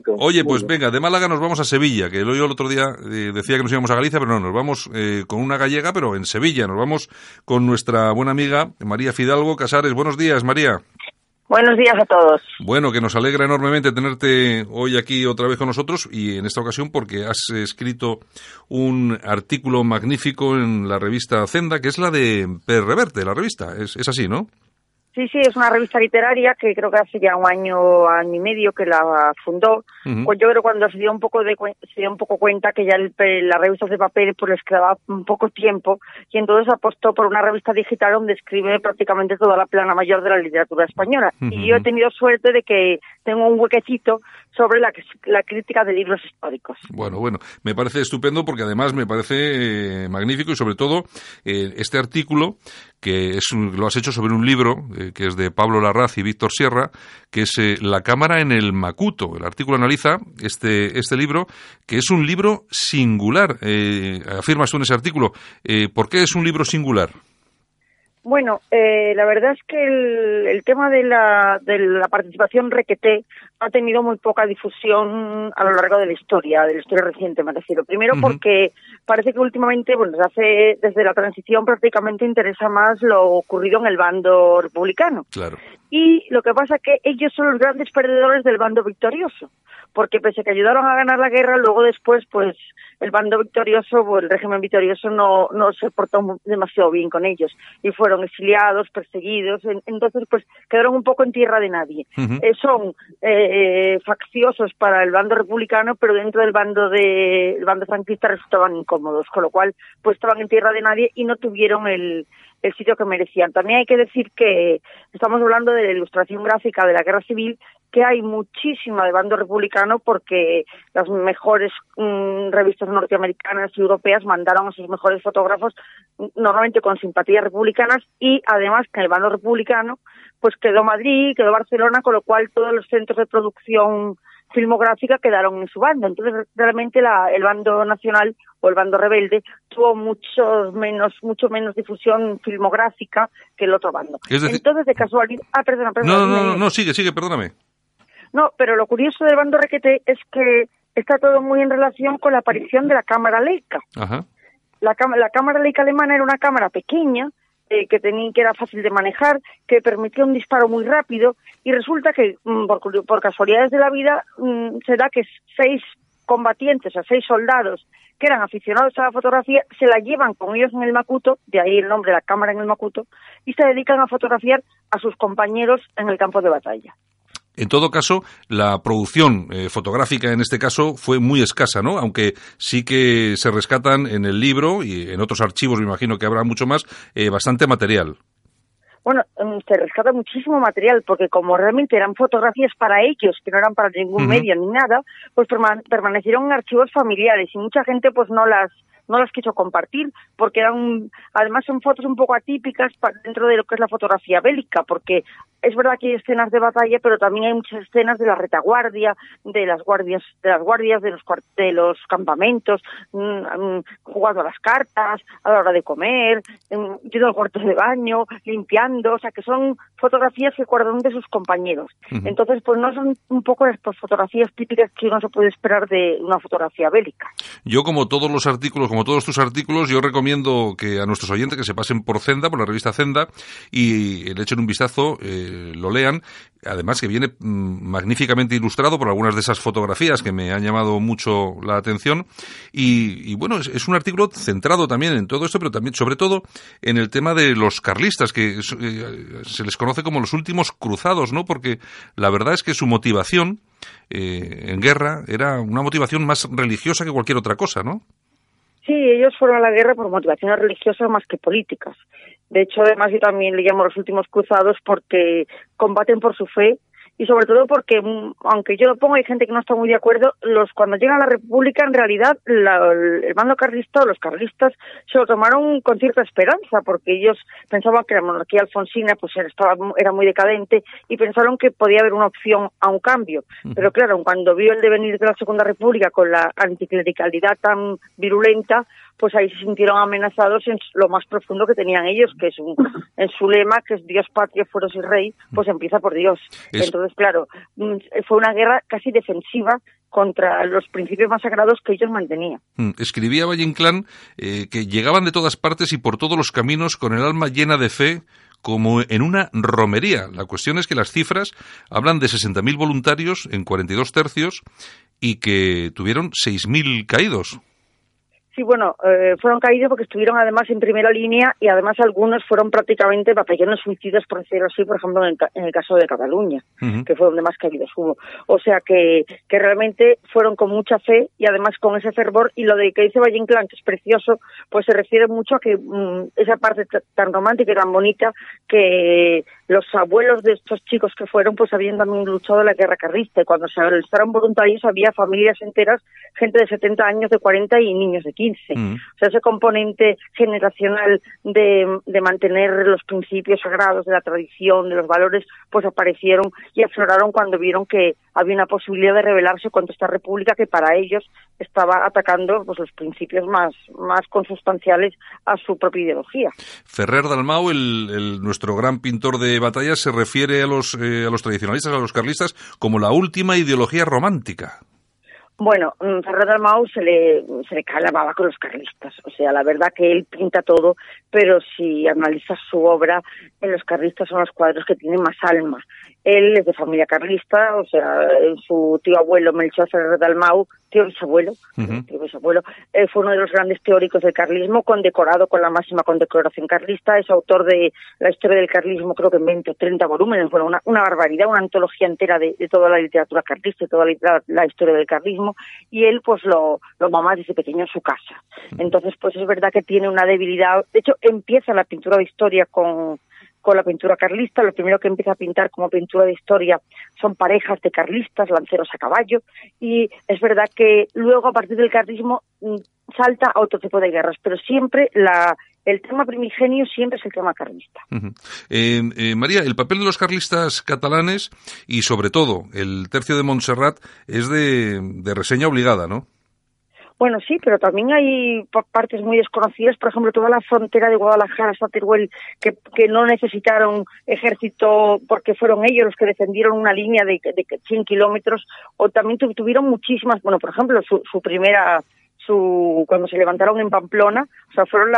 Oye, pues venga, de Málaga nos vamos a Sevilla, que yo el otro día decía que nos íbamos a Galicia, pero no, nos vamos con una gallega, pero en Sevilla. Nos vamos con nuestra buena amiga María Fidalgo Casares. Buenos días, María. Buenos días a todos. Bueno, que nos alegra enormemente tenerte hoy aquí otra vez con nosotros y en esta ocasión porque has escrito un artículo magnífico en la revista Zenda, que es la de Per Reverte, la revista. Es así, ¿no? Sí, es una revista literaria que creo que hace ya un año y medio que la fundó. Pues yo creo cuando se dio un poco cuenta que ya las revistas de papel pues les quedaba un poco tiempo y entonces apostó por una revista digital donde escribe prácticamente toda la plana mayor de la literatura española. Y yo he tenido suerte de que tengo un huequecito sobre la crítica de libros históricos. Bueno, me parece estupendo porque además me parece magnífico y sobre todo este artículo que lo has hecho sobre un libro que es de Pablo Larraz y Víctor Sierra, que es La cámara en el Macuto. El artículo analiza este libro, que es un libro singular. Afirmas tú en ese artículo. ¿Por qué es un libro singular? Bueno, la verdad es que el tema de la participación requeté ha tenido muy poca difusión a lo largo de la historia reciente, me refiero. Primero porque parece que últimamente, desde la transición prácticamente interesa más lo ocurrido en el bando republicano. Claro. Y lo que pasa es que ellos son los grandes perdedores del bando victorioso, porque pese a que ayudaron a ganar la guerra, luego después, pues, el bando victorioso, o el régimen victorioso no se portó demasiado bien con ellos, y fueron exiliados, perseguidos, entonces, pues, quedaron un poco en tierra de nadie. Son facciosos para el bando republicano, pero dentro del bando franquista resultaban incómodos, con lo cual, pues, estaban en tierra de nadie y no tuvieron el sitio que merecían. También hay que decir que estamos hablando de la ilustración gráfica de la Guerra Civil, que hay muchísima de bando republicano porque las mejores revistas norteamericanas y europeas mandaron a sus mejores fotógrafos, normalmente con simpatías republicanas, y además que en el bando republicano pues quedó Madrid, quedó Barcelona, con lo cual todos los centros de producción filmográfica quedaron en su bando. Entonces realmente el bando nacional o el bando rebelde tuvo mucho menos difusión filmográfica que el otro bando. Es decir, entonces, de casualidad... perdona. No, sigue, perdóname. No, pero lo curioso del bando requete es que está todo muy en relación con la aparición de la cámara Leica. Ajá. La cámara Leica alemana era una cámara pequeña, que era fácil de manejar, que permitía un disparo muy rápido, y resulta que, por casualidades de la vida, se da que 6 combatientes, 6 soldados, que eran aficionados a la fotografía, se la llevan con ellos en el Macuto, de ahí el nombre, la cámara en el Macuto, y se dedican a fotografiar a sus compañeros en el campo de batalla. En todo caso, la producción fotográfica en este caso fue muy escasa, ¿no? Aunque sí que se rescatan en el libro y en otros archivos, me imagino que habrá mucho más, bastante material. Bueno, se rescata muchísimo material porque como realmente eran fotografías para ellos, que no eran para ningún medio ni nada, pues permanecieron en archivos familiares y mucha gente pues no las quiso compartir porque además son fotos un poco atípicas dentro de lo que es la fotografía bélica, porque es verdad que hay escenas de batalla, pero también hay muchas escenas de la retaguardia, de las guardias, de los campamentos, jugando a las cartas, a la hora de comer, yendo al cuarto de baño, limpiando, o sea que son fotografías que guardan de sus compañeros. Entonces, pues no son un poco las fotografías típicas que uno se puede esperar de una fotografía bélica. Yo, como todos tus artículos, yo recomiendo que a nuestros oyentes que se pasen por Zenda, por la revista Zenda, y le echen un vistazo, lo lean. Además que viene magníficamente ilustrado por algunas de esas fotografías que me han llamado mucho la atención. Y bueno, es un artículo centrado también en todo esto, pero también, sobre todo, en el tema de los carlistas, que se les conoce como los últimos cruzados, ¿no? Porque la verdad es que su motivación en guerra era una motivación más religiosa que cualquier otra cosa, ¿no? Sí, ellos fueron a la guerra por motivaciones religiosas más que políticas. De hecho, además, yo también le llamo los últimos cruzados porque combaten por su fe y sobre todo porque, aunque yo lo pongo, hay gente que no está muy de acuerdo, cuando llegan a la República, en realidad, el bando carlista o los carlistas se lo tomaron con cierta esperanza, porque ellos pensaban que la monarquía alfonsina pues era muy decadente y pensaron que podía haber una opción a un cambio. Pero claro, cuando vio el devenir de la Segunda República con la anticlericalidad tan virulenta, pues ahí se sintieron amenazados en lo más profundo que tenían ellos, que es en su lema, que es Dios, patria, fueros y rey, pues empieza por Dios. Entonces, claro, fue una guerra casi defensiva contra los principios más sagrados que ellos mantenían. Escribía Valle Inclán que llegaban de todas partes y por todos los caminos con el alma llena de fe, como en una romería. La cuestión es que las cifras hablan de 60.000 voluntarios en 42 tercios y que tuvieron 6.000 caídos. Sí, bueno, fueron caídos porque estuvieron además en primera línea y además algunos fueron prácticamente batallones suicidas, por decirlo así, por ejemplo, en el caso de Cataluña, que fue donde más caídos hubo. O sea que realmente fueron con mucha fe y además con ese fervor, y lo de que dice Valle Inclán, que es precioso, pues se refiere mucho a que esa parte tan romántica y tan bonita que los abuelos de estos chicos que fueron, pues habían también luchado en la guerra carlista, y cuando se alistaron voluntarios había familias enteras, gente de 70 años, de 40 y niños de 15. O sea, ese componente generacional de mantener los principios sagrados de la tradición, de los valores, pues aparecieron y afloraron cuando vieron que había una posibilidad de rebelarse contra esta república que para ellos estaba atacando pues los principios más consustanciales a su propia ideología. Ferrer Dalmau, nuestro gran pintor de batallas, se refiere a los tradicionalistas, a los carlistas, como la última ideología romántica. Bueno, Ferrer Dalmau se le cae la baba con los carlistas. O sea, la verdad que él pinta todo, pero si analizas su obra, los carlistas son los cuadros que tienen más alma. Él es de familia carlista, o sea, su tío abuelo Melchor Ferrer Dalmau, tío bisabuelo, fue uno de los grandes teóricos del carlismo, condecorado con la máxima condecoración carlista, es autor de la historia del carlismo, creo que en 20 o 30 volúmenes, bueno, una barbaridad, una antología entera de toda la literatura carlista y toda la historia del carlismo, y él pues lo mamá desde pequeño en su casa. Entonces, pues es verdad que tiene una debilidad. De hecho, empieza la pintura de historia con la pintura carlista. Lo primero que empieza a pintar como pintura de historia son parejas de carlistas, lanceros a caballo, y es verdad que luego a partir del carlismo salta a otro tipo de guerras, pero siempre el tema primigenio siempre es el tema carlista. María, el papel de los carlistas catalanes y sobre todo el tercio de Montserrat es de reseña obligada, ¿no? Bueno, sí, pero también hay partes muy desconocidas, por ejemplo, toda la frontera de Guadalajara hasta Teruel, que no necesitaron ejército porque fueron ellos los que defendieron una línea de 100 kilómetros, o también tuvieron muchísimas, bueno, por ejemplo, cuando se levantaron en Pamplona, o sea, fueron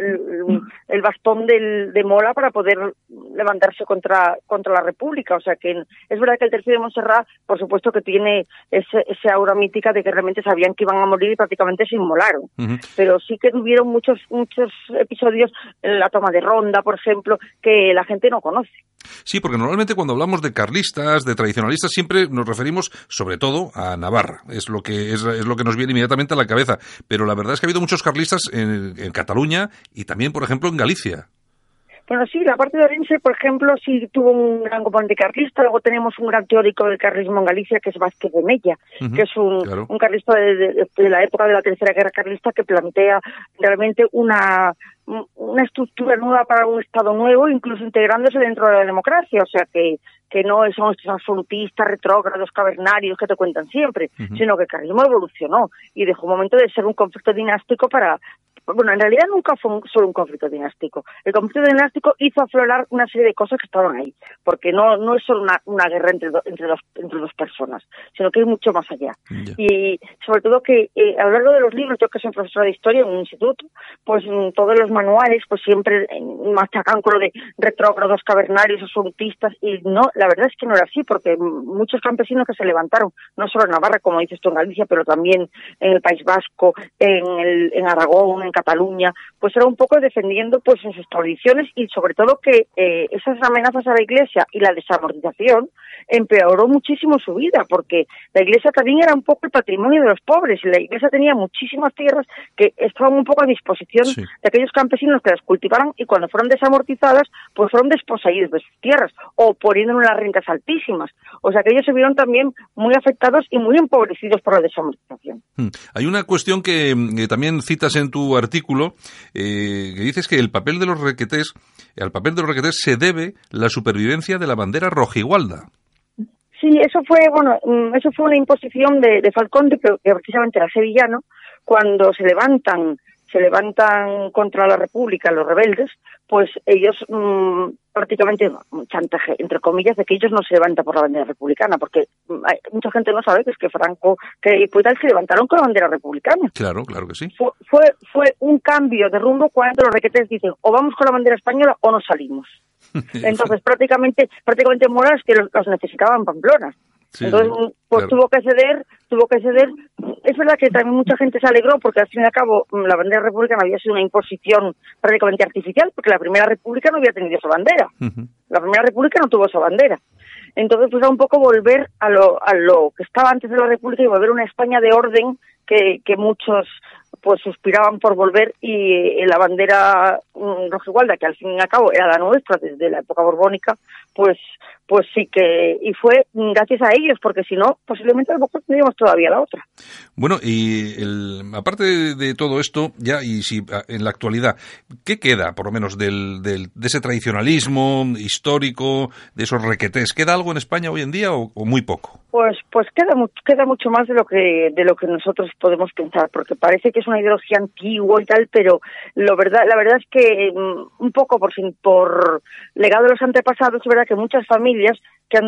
el bastón de Mola para poder levantarse contra la República. O sea, que es verdad que el tercio de Montserrat, por supuesto que tiene ese aura mítica de que realmente sabían que iban a morir y prácticamente se inmolaron. Pero sí que tuvieron muchos episodios, en la toma de Ronda, por ejemplo, que la gente no conoce. Sí, porque normalmente cuando hablamos de carlistas, de tradicionalistas, siempre nos referimos sobre todo a Navarra. Es lo que nos viene inmediatamente a la cabeza. Pero la verdad es que ha habido muchos carlistas en Cataluña y también, por ejemplo, en Galicia. Bueno, sí, la parte de Orense, por ejemplo, sí tuvo un gran componente carlista. Luego tenemos un gran teórico del carlismo en Galicia, que es Vázquez de Mella, que es un carlista de la época de la Tercera Guerra Carlista, que plantea realmente una estructura nueva para un Estado nuevo, incluso integrándose dentro de la democracia. O sea, que no son estos absolutistas, retrógrados, cavernarios que te cuentan siempre, sino que el carlismo evolucionó y dejó un momento de ser un conflicto dinástico bueno, en realidad nunca fue solo un conflicto dinástico. El conflicto dinástico hizo aflorar una serie de cosas que estaban ahí, porque no es solo una guerra entre dos personas, sino que hay mucho más allá. Yeah. Y sobre todo que a lo largo de los libros, yo que soy profesora de historia en un instituto, pues todos los manuales pues siempre machacan con lo de retrógrados, cavernarios, absolutistas, y no, la verdad es que no era así, porque muchos campesinos que se levantaron, no solo en Navarra, como dices tú, en Galicia, pero también en el País Vasco, en Aragón, en Cataluña, pues era un poco defendiendo pues sus tradiciones, y sobre todo que esas amenazas a la Iglesia y la desamortización empeoró muchísimo su vida, porque la Iglesia también era un poco el patrimonio de los pobres, y la Iglesia tenía muchísimas tierras que estaban un poco a disposición de aquellos campesinos que las cultivaran, y cuando fueron desamortizadas, pues fueron desposeídos de sus tierras, o poniendo unas rentas altísimas. O sea que ellos se vieron también muy afectados y muy empobrecidos por la desamortización. Hay una cuestión que también citas en tu artículo, que dices que al papel de los requetés se debe la supervivencia de la bandera rojigualda. Sí, eso fue una imposición de Falcón, que precisamente era sevillano, cuando se levantan se levantan contra la República, los rebeldes, pues ellos prácticamente, chantaje, entre comillas, de que ellos no se levantan por la bandera republicana, porque mucha gente no sabe que es que Franco, que tal se levantaron con la bandera republicana. Claro, claro que sí. Fue un cambio de rumbo cuando los requetés dicen o vamos con la bandera española o no salimos. Entonces prácticamente Morales, que los necesitaban en Pamplona. Sí, entonces, pues claro. tuvo que ceder. Es verdad que también mucha gente se alegró porque al fin y al cabo la bandera republicana había sido una imposición prácticamente artificial, porque la Primera República no había tenido esa bandera. La Primera República no tuvo esa bandera. Entonces, pues era un poco volver a lo que estaba antes de la República y volver a una España de orden que muchos pues suspiraban por volver, y la bandera rojigualda, que al fin y al cabo era la nuestra desde la época borbónica, pues sí que, y fue gracias a ellos, porque si no, posiblemente a lo mejor tendríamos todavía la otra. Bueno, y aparte de todo esto, ya, y si en la actualidad, ¿qué queda, por lo menos, de ese tradicionalismo histórico, de esos requetés? ¿Queda algo en España hoy en día o muy poco? Pues queda mucho más de lo que nosotros podemos pensar, porque parece que es una ideología antigua y tal, pero la verdad es que un poco por legado de los antepasados, es verdad que muchas familias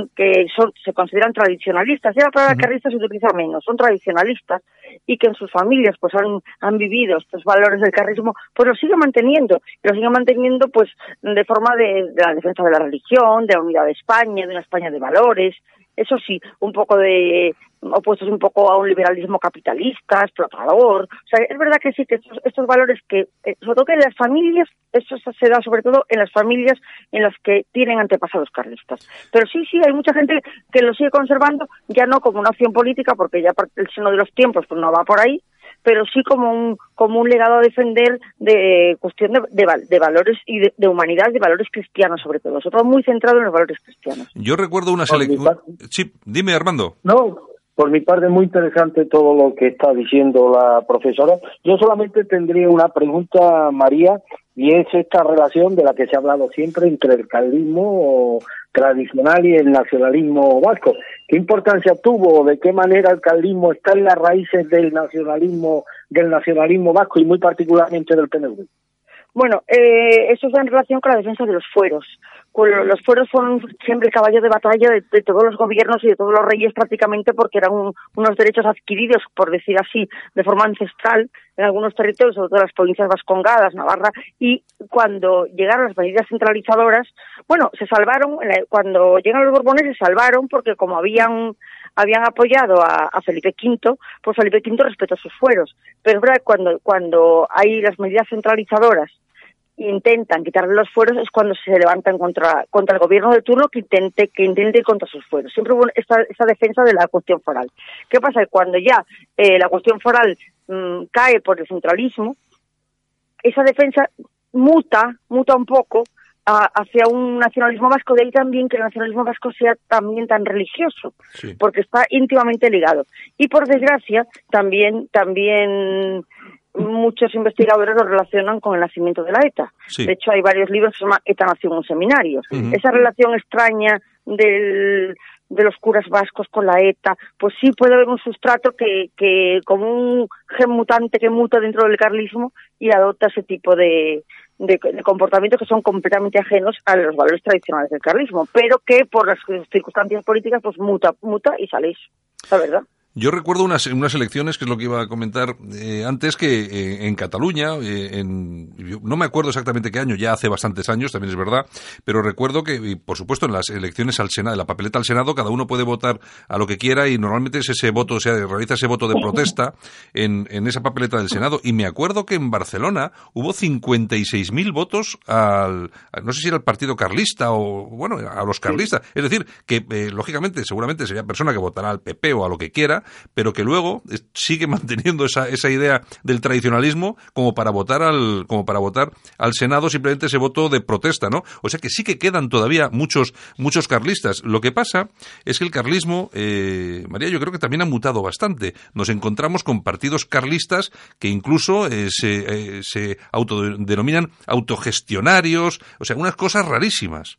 se consideran tradicionalistas, ya la palabra carlista se utiliza menos, son tradicionalistas, y que en sus familias pues han vivido estos valores del carlismo, pues lo siguen manteniendo pues de forma de la defensa de la religión, de la unidad de España, de una España de valores. Eso sí, un poco opuestos un poco a un liberalismo capitalista, explotador. O sea, es verdad que sí, que estos valores que, sobre todo que en las familias, eso se da sobre todo en las familias en las que tienen antepasados carlistas. Pero sí, hay mucha gente que lo sigue conservando, ya no como una opción política, porque ya el seno de los tiempos pues no va por ahí, pero sí como un legado a defender de cuestión de valores y de humanidad, de valores cristianos sobre todo, muy centrado en los valores cristianos. Yo recuerdo una selección... Sí, dime, Armando. No, por mi parte muy interesante todo lo que está diciendo la profesora. Yo solamente tendría una pregunta, María, y es esta relación de la que se ha hablado siempre entre el carlismo tradicional y el nacionalismo vasco. ¿Qué importancia tuvo? ¿De qué manera el carlismo está en las raíces del nacionalismo vasco y muy particularmente del PNV? Bueno, eso está en relación con la defensa de los fueros. Los fueros fueron siempre el caballo de batalla de todos los gobiernos y de todos los reyes prácticamente, porque eran unos derechos adquiridos, por decir así, de forma ancestral en algunos territorios, sobre todo las provincias vascongadas, Navarra, y cuando llegaron las medidas centralizadoras, bueno, se salvaron, cuando llegan los Borbones se salvaron porque como habían apoyado a Felipe V, pues Felipe V respetó sus fueros. Pero es verdad que cuando hay las medidas centralizadoras e intentan quitarle los fueros, es cuando se levantan contra el gobierno de turno que intente ir contra sus fueros. Siempre hubo esta defensa de la cuestión foral. ¿Qué pasa? Cuando ya la cuestión foral cae por el centralismo, esa defensa muta un poco hacia un nacionalismo vasco, de ahí también que el nacionalismo vasco sea también tan religioso, sí, porque está íntimamente ligado. Y por desgracia, también muchos investigadores lo relacionan con el nacimiento de la ETA. Sí. De hecho, hay varios libros que se llaman ETA nació en un seminario. Esa relación extraña de los curas vascos con la ETA, pues sí puede haber un sustrato que como un gen mutante que muta dentro del carlismo y adopta ese tipo de comportamientos que son completamente ajenos a los valores tradicionales del carlismo, pero que por las circunstancias políticas pues muta y sale eso, la verdad. Yo recuerdo unas elecciones, que es lo que iba a comentar antes, que en Cataluña, no me acuerdo exactamente qué año, ya hace bastantes años, también es verdad, pero recuerdo que, y por supuesto, en las elecciones al Senado, en la papeleta al Senado, cada uno puede votar a lo que quiera y normalmente es ese voto, o sea, realiza ese voto de protesta en esa papeleta del Senado. Y me acuerdo que en Barcelona hubo 56.000 votos no sé si era el Partido Carlista o, bueno, a los carlistas. Es decir, que lógicamente, seguramente sería persona que votará al PP o a lo que quiera, pero que luego sigue manteniendo esa idea del tradicionalismo como para votar al Senado simplemente ese voto de protesta, ¿no? O sea que sí que quedan todavía muchos carlistas. Lo que pasa es que el carlismo, María, yo creo que también ha mutado bastante. Nos encontramos con partidos carlistas que incluso se autodenominan autogestionarios, o sea, unas cosas rarísimas.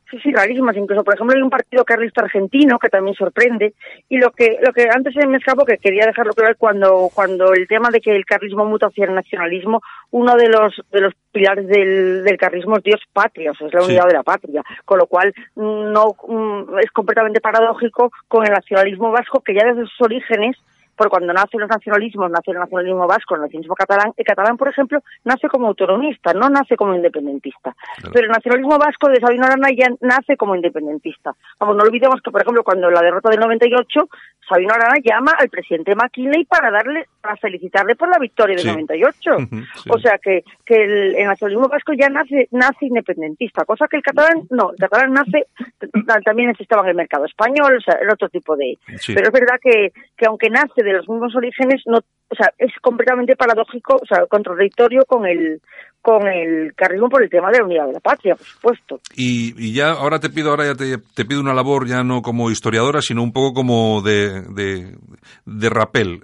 Sí, rarísimas. Incluso, por ejemplo, hay un partido carlista argentino que también sorprende. Y lo que antes se me escapó, que quería dejarlo claro, cuando el tema de que el carlismo muta hacia el nacionalismo, uno de los pilares del carlismo es Dios patria, o sea, es la unidad de la patria. Con lo cual, no es completamente paradójico con el nacionalismo vasco, que ya desde sus orígenes, porque cuando nacen los nacionalismos, nace el nacionalismo vasco, el nacionalismo catalán. El catalán, por ejemplo, nace como autonomista, no nace como independentista. Claro. Pero el nacionalismo vasco de Sabino Arana ya nace como independentista. Vamos, no olvidemos que, por ejemplo, cuando la derrota del 98, Sabino Arana llama al presidente McKinley para felicitarle por la victoria del 98. Sí. O sea que el nacionalismo vasco ya nace independentista, cosa que el catalán no. El catalán nace también estaba en el mercado español, o sea, en otro tipo de... Sí. Pero es verdad que aunque nace de los mismos orígenes, no, o sea, es completamente paradójico, o sea, contradictorio con el carlismo por el tema de la unidad de la patria, por supuesto. Y ya ahora te pido una labor ya no como historiadora, sino un poco como de rapel.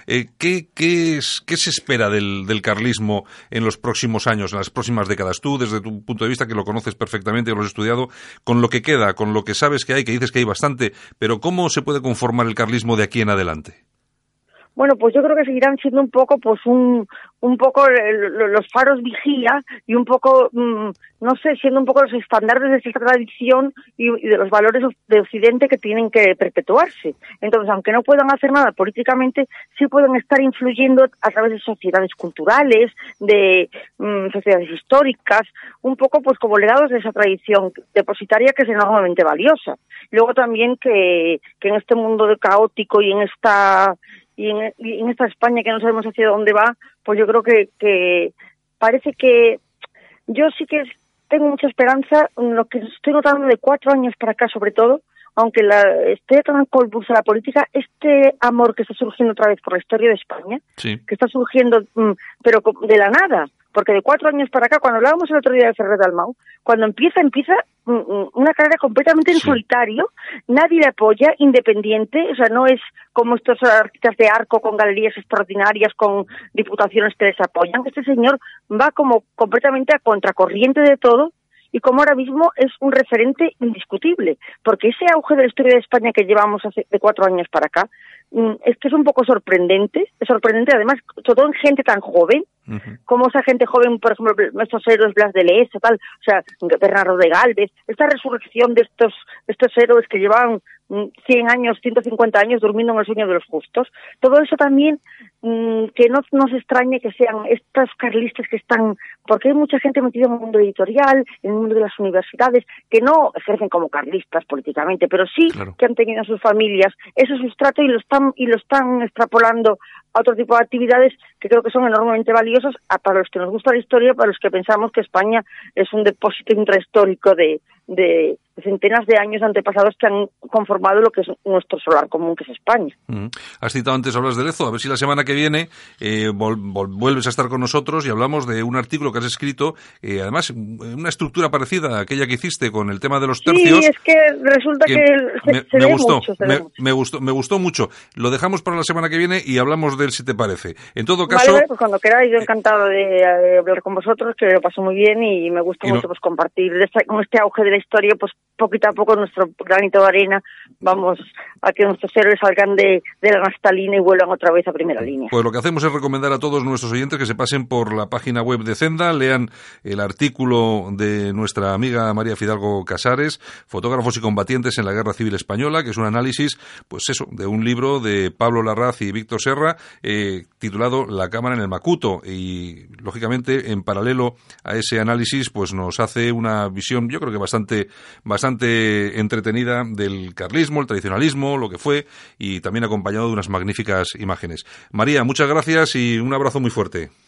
¿Qué se espera del carlismo en los próximos años, en las próximas décadas? Tú, desde tu punto de vista, que lo conoces perfectamente, que lo has estudiado, con lo que queda, con lo que sabes que dices que hay bastante, pero ¿cómo se puede conformar el carlismo de aquí en adelante? Bueno, pues yo creo que seguirán siendo un poco, pues un poco los faros vigía y un poco, no sé, siendo un poco los estándares de esta tradición y de los valores de Occidente que tienen que perpetuarse. Entonces, aunque no puedan hacer nada políticamente, sí pueden estar influyendo a través de sociedades culturales, de sociedades históricas, un poco pues como legados de esa tradición depositaria que es enormemente valiosa. Luego también que en este mundo de caótico y en esta España que no sabemos hacia dónde va, pues yo creo que parece que yo sí que tengo mucha esperanza en lo que estoy notando de 4 años para acá, sobre todo, aunque esté tan convulsa la política, este amor que está surgiendo otra vez por la historia de España, sí, que está surgiendo, pero de la nada, porque de 4 años para acá, cuando hablábamos el otro día de Ferrer Dalmau, cuando empieza una carrera completamente en solitario, nadie le apoya, independiente, o sea, no es como estos artistas de arco con galerías extraordinarias, con diputaciones que les apoyan. Este señor va como completamente a contracorriente de todo, y como ahora mismo es un referente indiscutible, porque ese auge de la historia de España que llevamos de 4 años para acá, es que es un poco sorprendente además, sobre todo en gente tan joven, como esa gente joven, por ejemplo, nuestros héroes Blas de Leeza, tal, o sea, Bernardo de Gálvez, esta resurrección de estos héroes que llevaban 100 años, 150 años durmiendo en el sueño de los justos. Todo eso también, que no nos extrañe que sean estos carlistas que están, porque hay mucha gente metida en el mundo editorial, en el mundo de las universidades, que no ejercen como carlistas políticamente, pero sí, claro, que han tenido en sus familias ese sustrato y lo están extrapolando a otro tipo de actividades que creo que son enormemente valiosas para los que nos gusta la historia, para los que pensamos que España es un depósito intrahistórico de centenas de años antepasados que han conformado lo que es nuestro solar común, que es España. Has citado antes a Blas de Lezo, a ver si la semana que viene vuelves a estar con nosotros y hablamos de un artículo que has escrito, además una estructura parecida a aquella que hiciste con el tema de los tercios. Sí, es que resulta me gustó mucho. Lo dejamos para la semana que viene y hablamos de él, si te parece. En todo caso... Vale, pues cuando queráis, yo encantado de hablar con vosotros, que lo paso muy bien y me gusta mucho pues compartir con este auge de la historia, pues poquito a poco nuestro granito de arena, vamos a que nuestros héroes salgan de la naftalina y vuelvan otra vez a primera línea. Pues lo que hacemos es recomendar a todos nuestros oyentes que se pasen por la página web de Zenda, lean el artículo de nuestra amiga María Fidalgo Casares, Fotógrafos y combatientes en la Guerra Civil Española, que es un análisis, pues eso, de un libro de Pablo Larraz y Víctor Serra, titulado La cámara en el Macuto, y lógicamente en paralelo a ese análisis pues nos hace una visión, yo creo que bastante entretenida del carlismo, el tradicionalismo, lo que fue, y también acompañado de unas magníficas imágenes. María, muchas gracias y un abrazo muy fuerte.